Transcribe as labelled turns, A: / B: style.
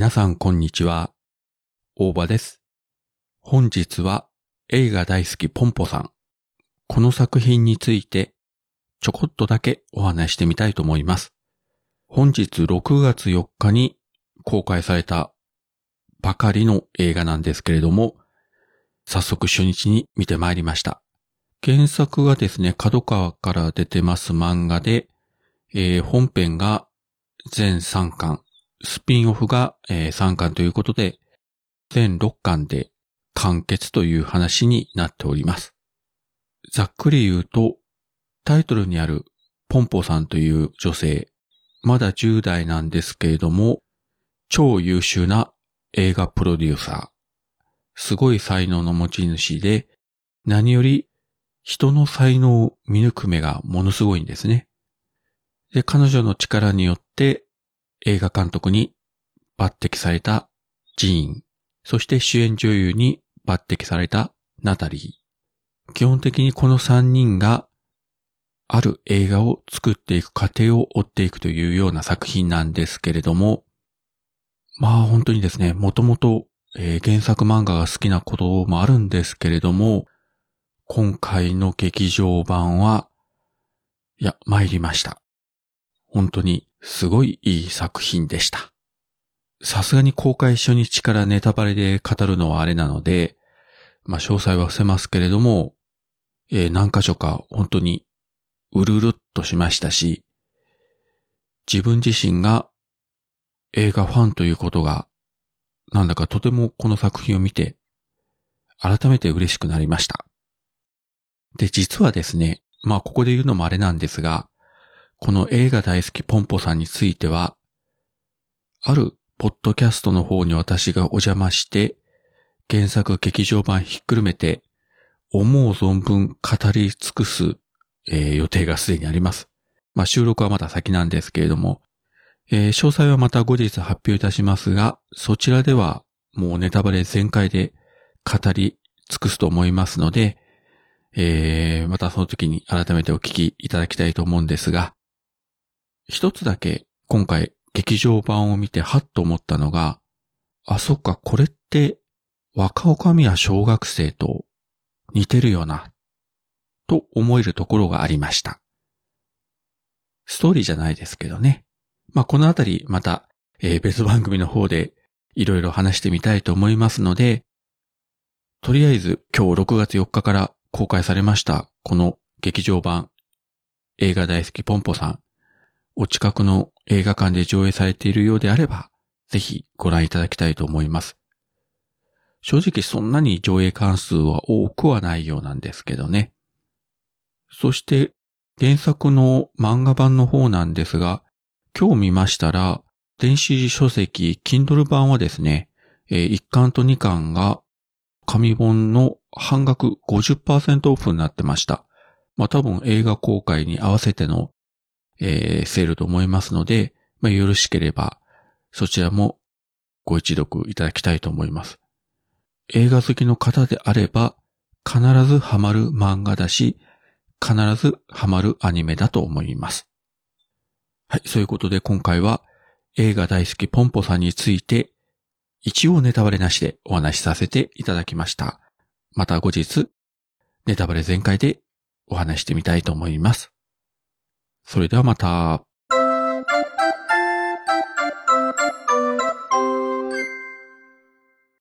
A: 皆さんこんにちは。大場です。本日は映画大好きポンポさん。この作品についてちょこっとだけお話してみたいと思います。本日6月4日に公開されたばかりの映画なんですけれども、早速初日に見てまいりました。原作がですね、角川から出てます漫画で、本編が全3巻、スピンオフが3巻ということで、全6巻で完結という話になっております。ざっくり言うと、タイトルにあるポンポさんという女性、まだ10代なんですけれども、超優秀な映画プロデューサー、すごい才能の持ち主で、何より人の才能を見抜く目がものすごいんですね。で、彼女の力によって映画監督に抜擢されたジーン、そして主演女優に抜擢されたナタリー。基本的にこの3人がある映画を作っていく過程を追っていくというような作品なんですけれども、まあ本当にですね、もともと原作漫画が好きなこともあるんですけれども、今回の劇場版は、参りました。本当にすごいいい作品でした。さすがに公開初日からネタバレで語るのはあれなので、詳細は伏せますけれども、何箇所か本当にうるるっとしましたし、自分自身が映画ファンということが、なんだかとてもこの作品を見て、改めて嬉しくなりました。で、実はですね、ここで言うのもあれなんですが、この映画大好きポンポさんについては、あるポッドキャストの方に私がお邪魔して、原作劇場版ひっくるめて、思う存分語り尽くす、予定がすでにあります。収録はまだ先なんですけれども、詳細はまた後日発表いたしますが、そちらではもうネタバレ全開で語り尽くすと思いますので、またその時に改めてお聞きいただきたいと思うんですが、一つだけ今回劇場版を見てハッと思ったのが、そっか、これって若女将は小学生と似てるよな、と思えるところがありました。ストーリーじゃないですけどね。このあたりまた、別番組の方でいろいろ話してみたいと思いますので、とりあえず今日6月4日から公開されましたこの劇場版映画大好きポンポさん、お近くの映画館で上映されているようであれば、ぜひご覧いただきたいと思います。正直そんなに上映関数は多くはないようなんですけどね。そして原作の漫画版の方なんですが、今日見ましたら、電子書籍 Kindle 版はですね、1巻と2巻が紙本の半額 50% オフになってました。多分映画公開に合わせての、セールと思いますので、よろしければそちらもご一読いただきたいと思います。映画好きの方であれば必ずハマる漫画だし、必ずハマるアニメだと思います。はい、そういうことで今回は映画大好きポンポさんについて一応ネタバレなしでお話しさせていただきました。また後日ネタバレ全開でお話してみたいと思います。それではまた。